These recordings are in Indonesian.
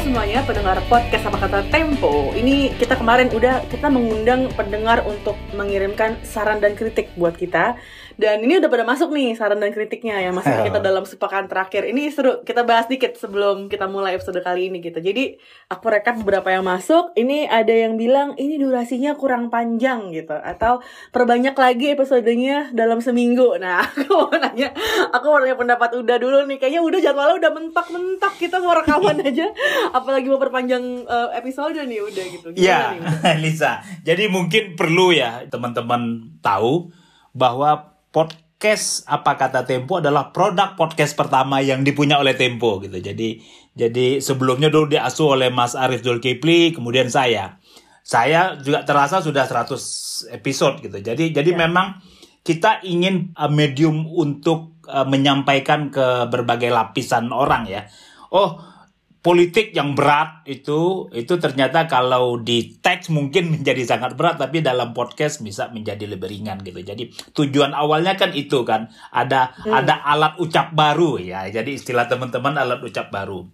semuanya pendengar podcast Apa Kata Tempo. Ini kita kemarin kita mengundang pendengar untuk mengirimkan saran dan kritik buat kita. Dan ini udah pada masuk nih saran dan kritiknya yang masuk kita dalam sepekan terakhir. Ini seru, kita bahas dikit sebelum kita mulai episode kali ini gitu. Jadi aku rekap beberapa yang masuk. Ini ada yang bilang ini durasinya kurang panjang gitu, atau perbanyak lagi episodenya dalam seminggu. Nah, aku mau nanya pendapat Uda dulu nih. Kayaknya udah jadwalnya udah mentok-mentok, kita mau rekaman aja. Apalagi mau perpanjang episode nih udah gitu. Iya, Lisa. Jadi mungkin perlu ya teman-teman tahu bahwa podcast Apa Kata Tempo adalah produk podcast pertama yang dipunya oleh Tempo gitu. Jadi sebelumnya dulu diasuh oleh Mas Arif Zulkifli, kemudian saya. Saya juga terasa sudah 100 episode gitu. Jadi memang kita ingin medium untuk menyampaikan ke berbagai lapisan orang ya. Politik yang berat itu ternyata kalau di teks mungkin menjadi sangat berat, tapi dalam podcast bisa menjadi lebih ringan gitu. Jadi tujuan awalnya kan itu kan, ada alat ucap baru ya. Jadi istilah teman-teman alat ucap baru.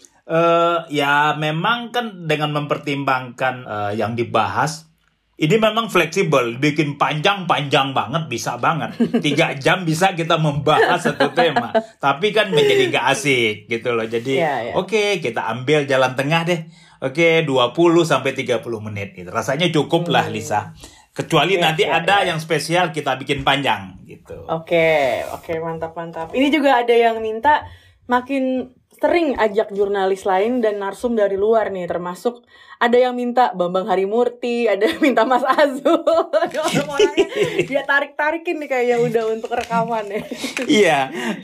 Ya memang kan dengan mempertimbangkan yang dibahas, ini memang fleksibel, bikin panjang banget, bisa banget. 3 jam bisa kita membahas satu tema. Tapi kan menjadi gak asik gitu loh. Jadi Oke, kita ambil jalan tengah deh. Oke, 20-30 menit gitu. Rasanya cukup lah Lisa. Kecuali nanti ada yang spesial kita bikin panjang gitu. Oke, mantap. Ini juga ada yang minta makin sering ajak jurnalis lain dan narsum dari luar nih, termasuk ada yang minta Bambang Harimurti, ada yang minta Mas Azul. Orang-orangnya dia tarik-tarikin nih kayaknya udah untuk rekaman ya. Iya,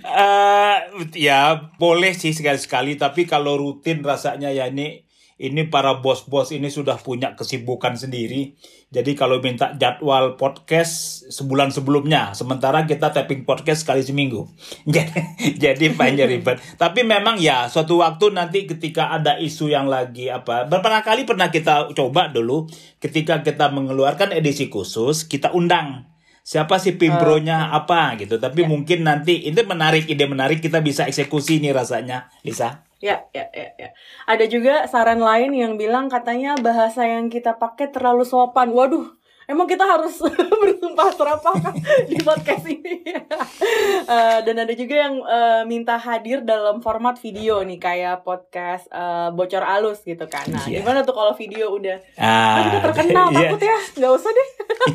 ya boleh sih sekali-sekali, tapi kalau rutin rasanya ya ini para bos-bos ini sudah punya kesibukan sendiri. Jadi kalau minta jadwal podcast sebulan sebelumnya, sementara kita tapping podcast sekali seminggu. Jadi panjang ribet. Tapi memang ya suatu waktu nanti ketika ada isu yang lagi beberapa kali pernah kita coba dulu, ketika kita mengeluarkan edisi khusus, kita undang siapa sih Pimpro-nya apa gitu. Tapi mungkin nanti ide menarik kita bisa eksekusi nih rasanya, Lisa. Ya. Ada juga saran lain yang bilang katanya bahasa yang kita pakai terlalu sopan. Waduh, emang kita harus bersumpah serapah di podcast ini. Dan ada juga yang minta hadir dalam format video nih, kayak podcast Bocor Alus gitu kan. Nah, gimana tuh kalau video udah kita terkenal, takut ya? Nggak usah deh.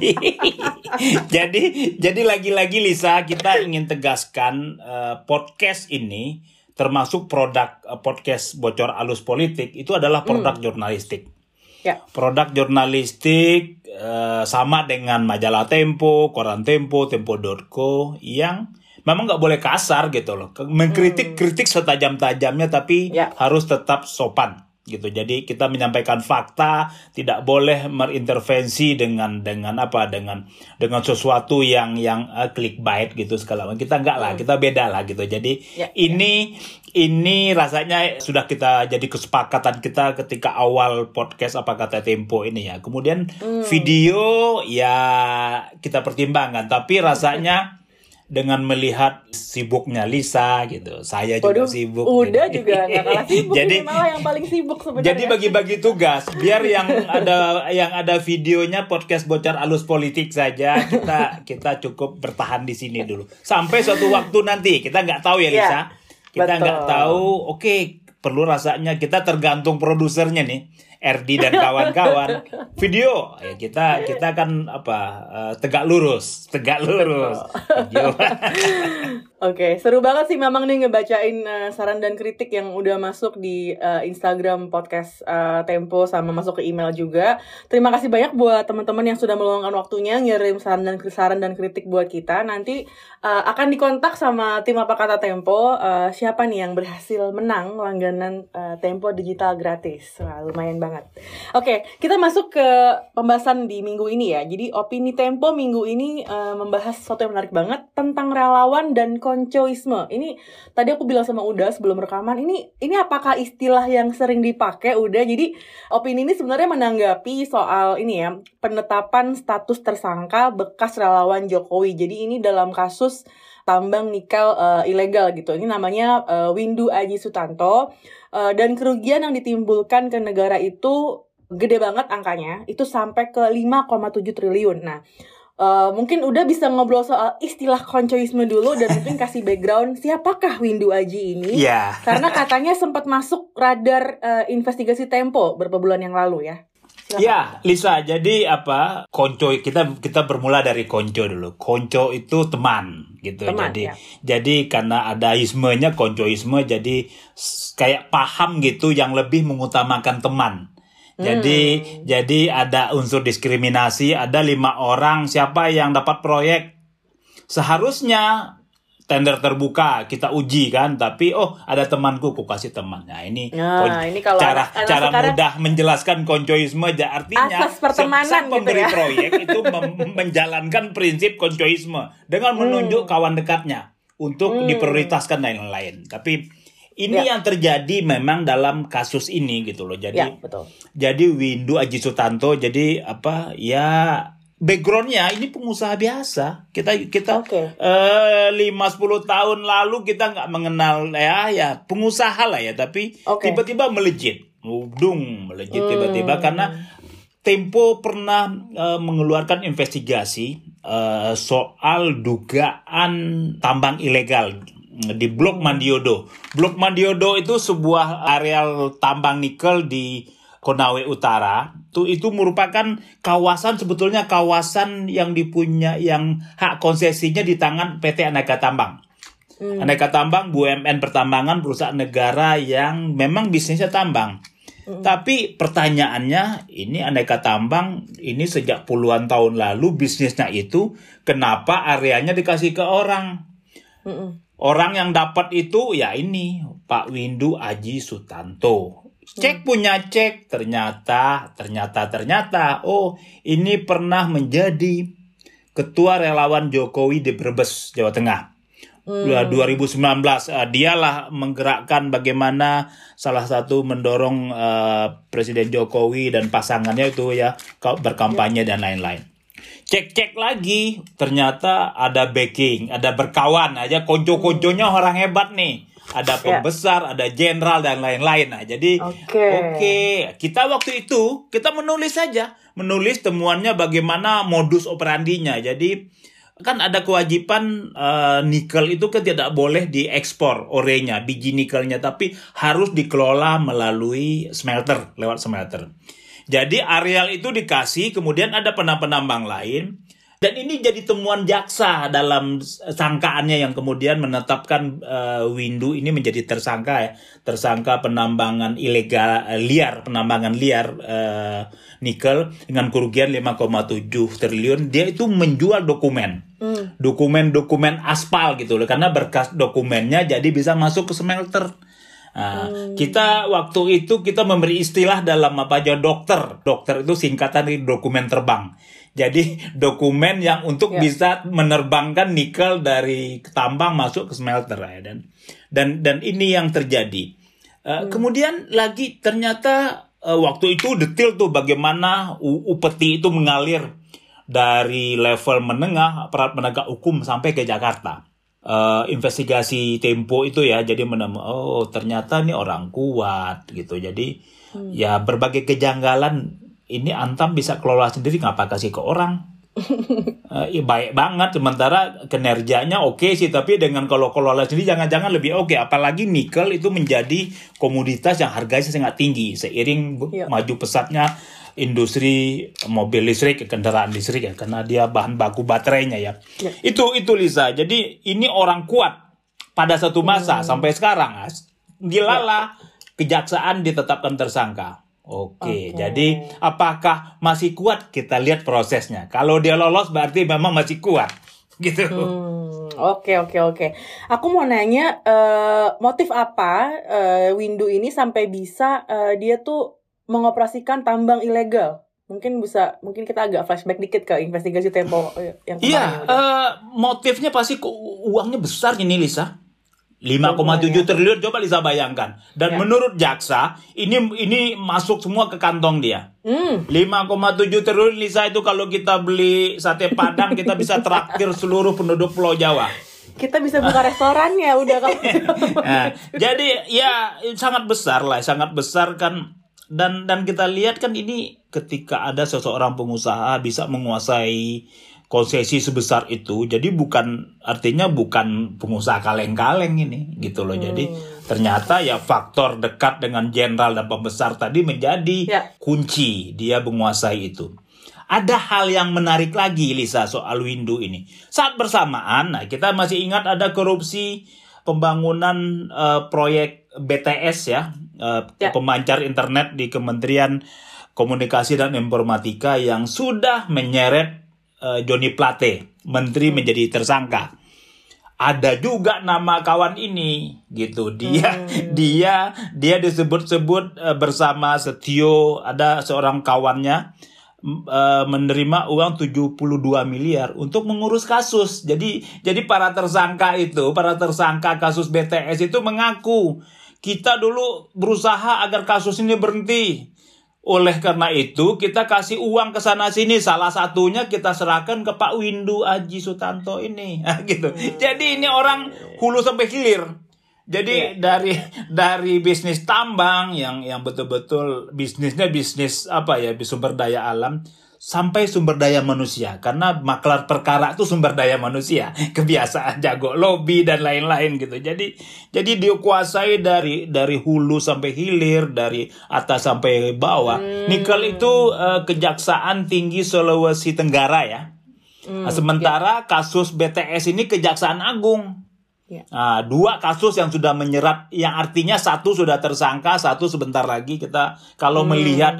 Jadi lagi-lagi Lisa, kita ingin tegaskan podcast ini, termasuk produk podcast Bocor Alus Politik, itu adalah produk jurnalistik. Ya. Produk jurnalistik sama dengan majalah Tempo, koran Tempo, Tempo.co, yang memang nggak boleh kasar gitu loh. Kritik setajam-tajamnya, tapi harus tetap sopan gitu. Jadi kita menyampaikan fakta, tidak boleh berintervensi dengan sesuatu yang clickbait gitu segala macam. Kita enggak lah, kita beda lah gitu. Jadi ini rasanya sudah kita jadi kesepakatan kita ketika awal podcast Apa Kata Tempo ini ya. Kemudian video ya kita pertimbangkan, tapi rasanya dengan melihat sibuknya Lisa gitu, saya juga sibuk. Udah gitu. Juga nggak kalah sibuk. Jadi malah yang paling sibuk sebenarnya. Jadi bagi-bagi tugas, biar yang ada videonya podcast Bocor Alus Politik saja. Kita cukup bertahan di sini dulu sampai suatu waktu nanti. Kita nggak tahu ya Lisa. Kita nggak tahu. Oke, perlu rasanya kita tergantung produsernya nih, RD dan kawan-kawan. Video ya kita kan tegak lurus video. Oke, seru banget sih memang nih ngebacain saran dan kritik yang udah masuk di Instagram podcast Tempo, sama masuk ke email juga. Terima kasih banyak buat teman-teman yang sudah meluangkan waktunya ngirim saran dan kritik buat kita. Nanti akan dikontak sama tim Apa Kata Tempo, siapa nih yang berhasil menang langganan Tempo digital gratis. Wah, lumayan banget. Oke, kita masuk ke pembahasan di minggu ini ya. Jadi opini Tempo minggu ini membahas sesuatu yang menarik banget tentang relawan dan koncoisme. Ini tadi aku bilang sama Uda sebelum rekaman, ini apakah istilah yang sering dipakai Uda? Jadi opini ini sebenarnya menanggapi soal ini ya, penetapan status tersangka bekas relawan Jokowi. Jadi ini dalam kasus tambang nikel ilegal gitu. Ini namanya Windu Aji Sutanto. Dan kerugian yang ditimbulkan ke negara itu gede banget angkanya, itu sampai ke 5,7 triliun. Nah, mungkin udah bisa ngobrol soal istilah koncoisme dulu dan mungkin kasih background siapakah Windu Aji ini? Yeah. Karena katanya sempat masuk radar investigasi Tempo beberapa bulan yang lalu ya. Silakan. Ya, Lisa. Jadi konco kita bermula dari konco dulu. Konco itu teman gitu. Teman, jadi karena ada ismenya koncoisme, jadi kayak paham gitu yang lebih mengutamakan teman. Jadi ada unsur diskriminasi, ada 5 orang, siapa yang dapat proyek seharusnya tender terbuka, kita uji kan, tapi ada temanku, ku kasih teman. Nah, ini kalau cara mudah menjelaskan koncoisme, artinya asas pertemanan pemberi gitu ya. proyek itu menjalankan prinsip koncoisme dengan menunjuk kawan dekatnya untuk diprioritaskan dan lain-lain. Tapi ini yang terjadi memang dalam kasus ini gitu loh. Jadi betul. Jadi Windu Aji Sutanto jadi backgroundnya ini pengusaha biasa. Kita 5-10 tahun lalu kita nggak mengenal ya pengusaha lah ya, tapi tiba-tiba melejit tiba-tiba karena Tempo pernah mengeluarkan investigasi soal dugaan tambang ilegal di Blok Mandiodo. Blok Mandiodo itu sebuah areal tambang nikel di Konawe Utara. Itu merupakan sebetulnya kawasan yang hak konsesinya di tangan PT Aneka Tambang. Aneka Tambang BUMN pertambangan, perusahaan negara yang memang bisnisnya tambang. Tapi pertanyaannya, ini Aneka Tambang ini sejak puluhan tahun lalu bisnisnya itu kenapa areanya dikasih ke orang? Orang yang dapat itu ya ini Pak Windu Aji Sutanto. Cek ternyata ini pernah menjadi ketua relawan Jokowi di Brebes, Jawa Tengah. 2019 dialah menggerakkan bagaimana salah satu mendorong Presiden Jokowi dan pasangannya itu ya berkampanye dan lain-lain. Cek lagi, ternyata ada backing, ada berkawan aja, konco-konconya orang hebat nih. Ada pembesar, ada jenderal dan lain-lain. Nah, jadi kita waktu itu kita menulis temuannya bagaimana modus operandinya. Jadi kan ada kewajiban nikel itu kan tidak boleh diekspor orenya, biji nikelnya, tapi harus dikelola melalui lewat smelter. Jadi areal itu dikasih, kemudian ada penambang lain. Dan ini jadi temuan jaksa dalam sangkaannya yang kemudian menetapkan Windu ini menjadi tersangka penambangan penambangan liar nikel dengan kerugian 5,7 triliun. Dia itu menjual dokumen aspal gitu loh, karena berkas dokumennya jadi bisa masuk ke smelter. Kita waktu itu memberi istilah dalam dokter. Dokter itu singkatan dari dokumen terbang. Jadi dokumen yang untuk bisa menerbangkan nikel dari tambang masuk ke smelter ya. Dan ini yang terjadi. Kemudian lagi ternyata waktu itu detail tuh bagaimana upeti itu mengalir dari level menengah aparat penegak hukum sampai ke Jakarta. Investigasi Tempo itu ya, jadi ternyata ini orang kuat gitu. Jadi ya berbagai kejanggalan ini Antam bisa kelola sendiri, ngapa kasih ke orang? Baik banget, sementara kinerjanya oke sih, tapi dengan kalau kelola sendiri jangan-jangan lebih oke. Apalagi nikel itu menjadi komoditas yang harganya sangat tinggi seiring maju pesatnya industri mobil listrik, kendaraan listrik ya, karena dia bahan baku baterainya ya. Itu Lisa. Jadi ini orang kuat pada satu masa sampai sekarang dilala kejaksaan ditetapkan tersangka. Jadi apakah masih kuat? Kita lihat prosesnya. Kalau dia lolos berarti memang masih kuat gitu. Oke. Aku mau nanya motif apa Windu ini sampai bisa dia tuh mengoperasikan tambang ilegal. Mungkin kita agak flashback dikit ke investigasi Tempo yang kemarin. Motifnya pasti uangnya besar ini Lisa. 5,7 triliun, coba Lisa bayangkan. Dan menurut jaksa, ini masuk semua ke kantong dia. 5,7 triliun Lisa itu kalau kita beli sate Padang, kita bisa traktir seluruh penduduk Pulau Jawa. Kita bisa buka restorannya udah kalau. Nah, jadi ya sangat besar kan. Dan kita lihat kan ini ketika ada seseorang pengusaha bisa menguasai konsesi sebesar itu, jadi artinya bukan pengusaha kaleng-kaleng ini gitu loh. Jadi ternyata ya faktor dekat dengan jenderal dan pembesar tadi menjadi kunci dia menguasai itu. Ada hal yang menarik lagi, Lisa, soal Windu ini. Saat bersamaan, nah kita masih ingat ada korupsi pembangunan proyek BTS ya, pemancar internet di Kementerian Komunikasi dan Informatika yang sudah menyeret Johnny Plate, menteri, menjadi tersangka. Ada juga nama kawan ini gitu. Dia disebut-sebut bersama Setio, ada seorang kawannya menerima uang 72 miliar untuk mengurus kasus. Jadi para tersangka kasus BTS itu mengaku, kita dulu berusaha agar kasus ini berhenti. Oleh karena itu kita kasih uang ke sana sini, salah satunya kita serahkan ke Pak Windu Aji Sutanto ini. Gitu. Jadi ini orang hulu sampai hilir. Jadi dari bisnis tambang yang betul-betul bisnisnya bisnis sumber daya alam, sampai sumber daya manusia, karena maklar perkara itu sumber daya manusia, kebiasaan jago lobby dan lain-lain gitu. Jadi dikuasai dari hulu sampai hilir, dari atas sampai bawah. Nikel itu Kejaksaan Tinggi Sulawesi Tenggara ya. Sementara kasus BTS ini Kejaksaan Agung. Dua kasus yang sudah menyerat, yang artinya satu sudah tersangka, satu sebentar lagi. Kita kalau melihat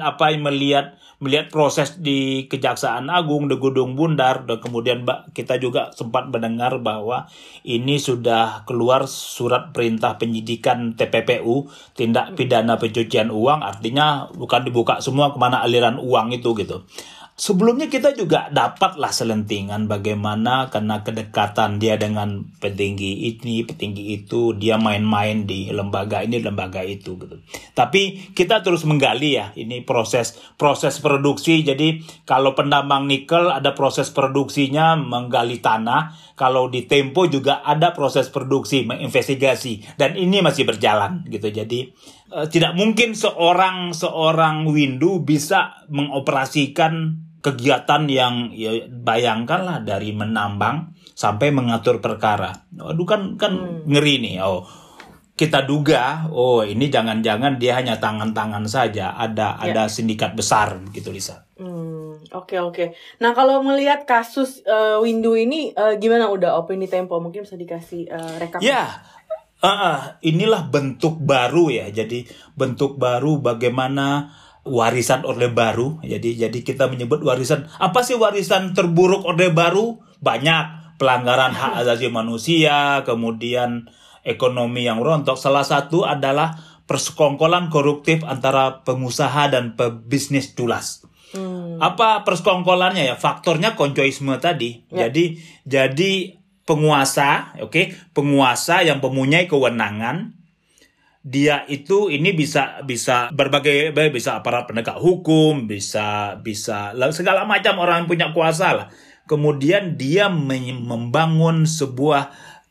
proses di Kejaksaan Agung di Gedung Bundar, dan kemudian kita juga sempat mendengar bahwa ini sudah keluar surat perintah penyidikan TPPU, tindak pidana pencucian uang, artinya bukan dibuka semua kemana aliran uang itu gitu. Sebelumnya kita juga dapatlah selentingan bagaimana karena kedekatan dia dengan petinggi ini, petinggi itu, dia main-main di lembaga ini, lembaga itu gitu. Tapi kita terus menggali ya, ini proses produksi. Jadi kalau penambang nikel ada proses produksinya, menggali tanah. Kalau di Tempo juga ada proses produksi, menginvestigasi, dan ini masih berjalan gitu. Jadi tidak mungkin seorang Windu bisa mengoperasikan kegiatan yang bayangkanlah dari menambang sampai mengatur perkara. Aduh kan ngeri nih. Kita duga ini jangan-jangan dia hanya tangan-tangan saja, ada sindikat besar gitu, Lisa. Oke. Nah, kalau melihat kasus Windu ini gimana, udah opini Tempo, mungkin bisa dikasih rekap? Ya. Inilah bentuk baru ya. Jadi bentuk baru bagaimana warisan Orde Baru. Jadi kita menyebut warisan. Apa sih warisan terburuk Orde Baru? Banyak. Pelanggaran hak asasi manusia, kemudian ekonomi yang rontok. Salah satu adalah persekongkolan koruptif antara pengusaha dan pebisnis culas. Apa persekongkolannya ya? Faktornya koncoisme tadi. Ya. Jadi penguasa yang mempunyai kewenangan, dia itu ini bisa berbagai, bisa aparat penegak hukum, bisa segala macam orang yang punya kuasa lah. Kemudian dia membangun sebuah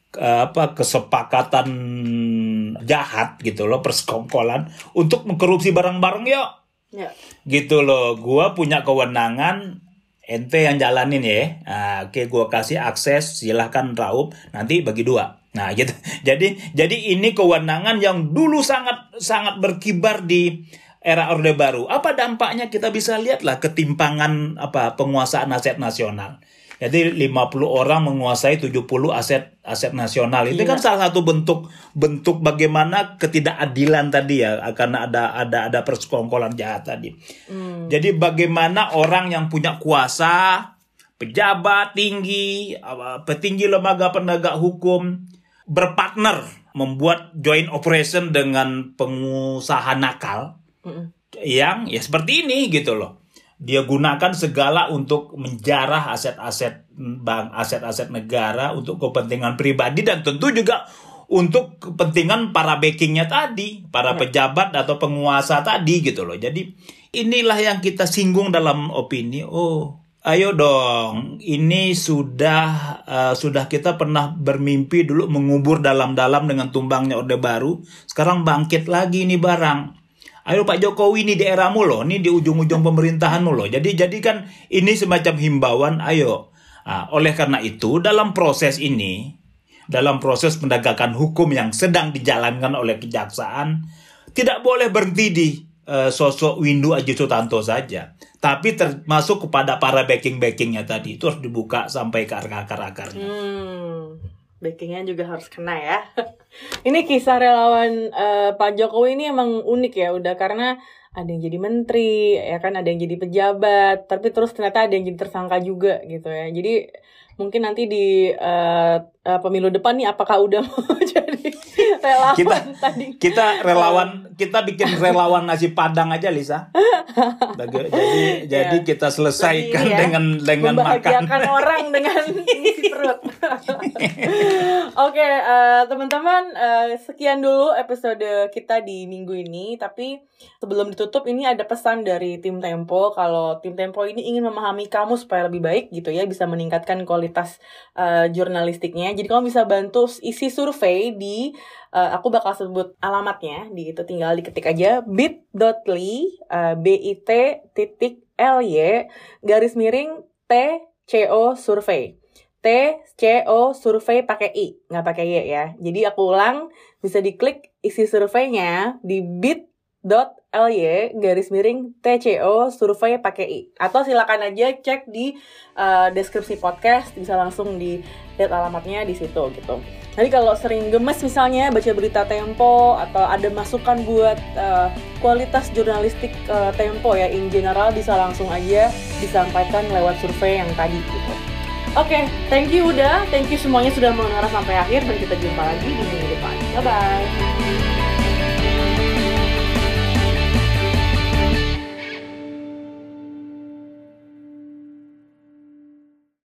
kesepakatan jahat gitu loh, persekongkolan untuk mengkorupsi barang-barang yuk. Ya. Gitu loh, gua punya kewenangan, ente yang jalanin ya. Gua kasih akses, silahkan raup, nanti bagi dua. Nah, gitu. Jadi ini kewenangan yang dulu sangat berkibar di era Orde Baru. Apa dampaknya? Kita bisa lihatlah ketimpangan penguasaan aset nasional. Jadi 50 orang menguasai 70 aset nasional. Itu kan salah satu bentuk bagaimana ketidakadilan tadi ya, karena ada persekongkolan jahat tadi. Jadi bagaimana orang yang punya kuasa, pejabat tinggi, petinggi lembaga penegak hukum berpartner membuat joint operation dengan pengusaha nakal yang ya seperti ini gitu loh. Dia gunakan segala untuk menjarah aset-aset bank, aset-aset negara untuk kepentingan pribadi dan tentu juga untuk kepentingan para backingnya tadi, para pejabat atau penguasa tadi gitu loh. Jadi inilah yang kita singgung dalam opini. Ayo dong, ini sudah kita pernah bermimpi dulu mengubur dalam-dalam dengan tumbangnya Orde Baru. Sekarang bangkit lagi nih barang. Ayo Pak Jokowi, ini di eramu loh, ini di ujung-ujung pemerintahanmu loh. Jadi kan ini semacam himbauan, ayo. Nah, oleh karena itu dalam proses penegakan hukum yang sedang dijalankan oleh kejaksaan, tidak boleh berhenti di sosok Windu Aji Sutanto saja, tapi termasuk kepada para backing-backingnya tadi itu harus dibuka sampai ke akar-akarnya. Backingnya juga harus kena ya. Ini kisah relawan Pak Jokowi ini emang unik ya, udah karena ada yang jadi menteri, ya kan, ada yang jadi pejabat, tapi terus ternyata ada yang jadi tersangka juga gitu ya. Jadi mungkin nanti di pemilu depan nih apakah udah mau jadi relawan kita bikin relawan nasi padang aja, Lisa. Jadi kita selesaikan dengan makan orang dengan isi perut. Oke, teman-teman, sekian dulu episode kita di minggu ini. Tapi sebelum ditutup, ini ada pesan dari tim Tempo. Kalau tim Tempo ini ingin memahami kamu supaya lebih baik gitu ya, bisa meningkatkan kualitas jurnalistiknya. Jadi kamu bisa bantu isi survei di aku bakal sebut alamatnya di itu, tinggal diketik aja bit.ly bit.ly /TCO survei pakai i, nggak pakai y ya. Jadi aku ulang, bisa diklik isi surveinya di bit.ly /TCO survei pakai i, atau silakan aja cek di deskripsi podcast, bisa langsung dilihat alamatnya di situ gitu. Jadi kalau sering gemes misalnya baca berita Tempo atau ada masukan buat kualitas jurnalistik Tempo ya in general, bisa langsung aja disampaikan lewat survei yang tadi gitu. Oke, thank you semuanya sudah mendengar sampai akhir, dan kita jumpa lagi di minggu depan. Bye-bye.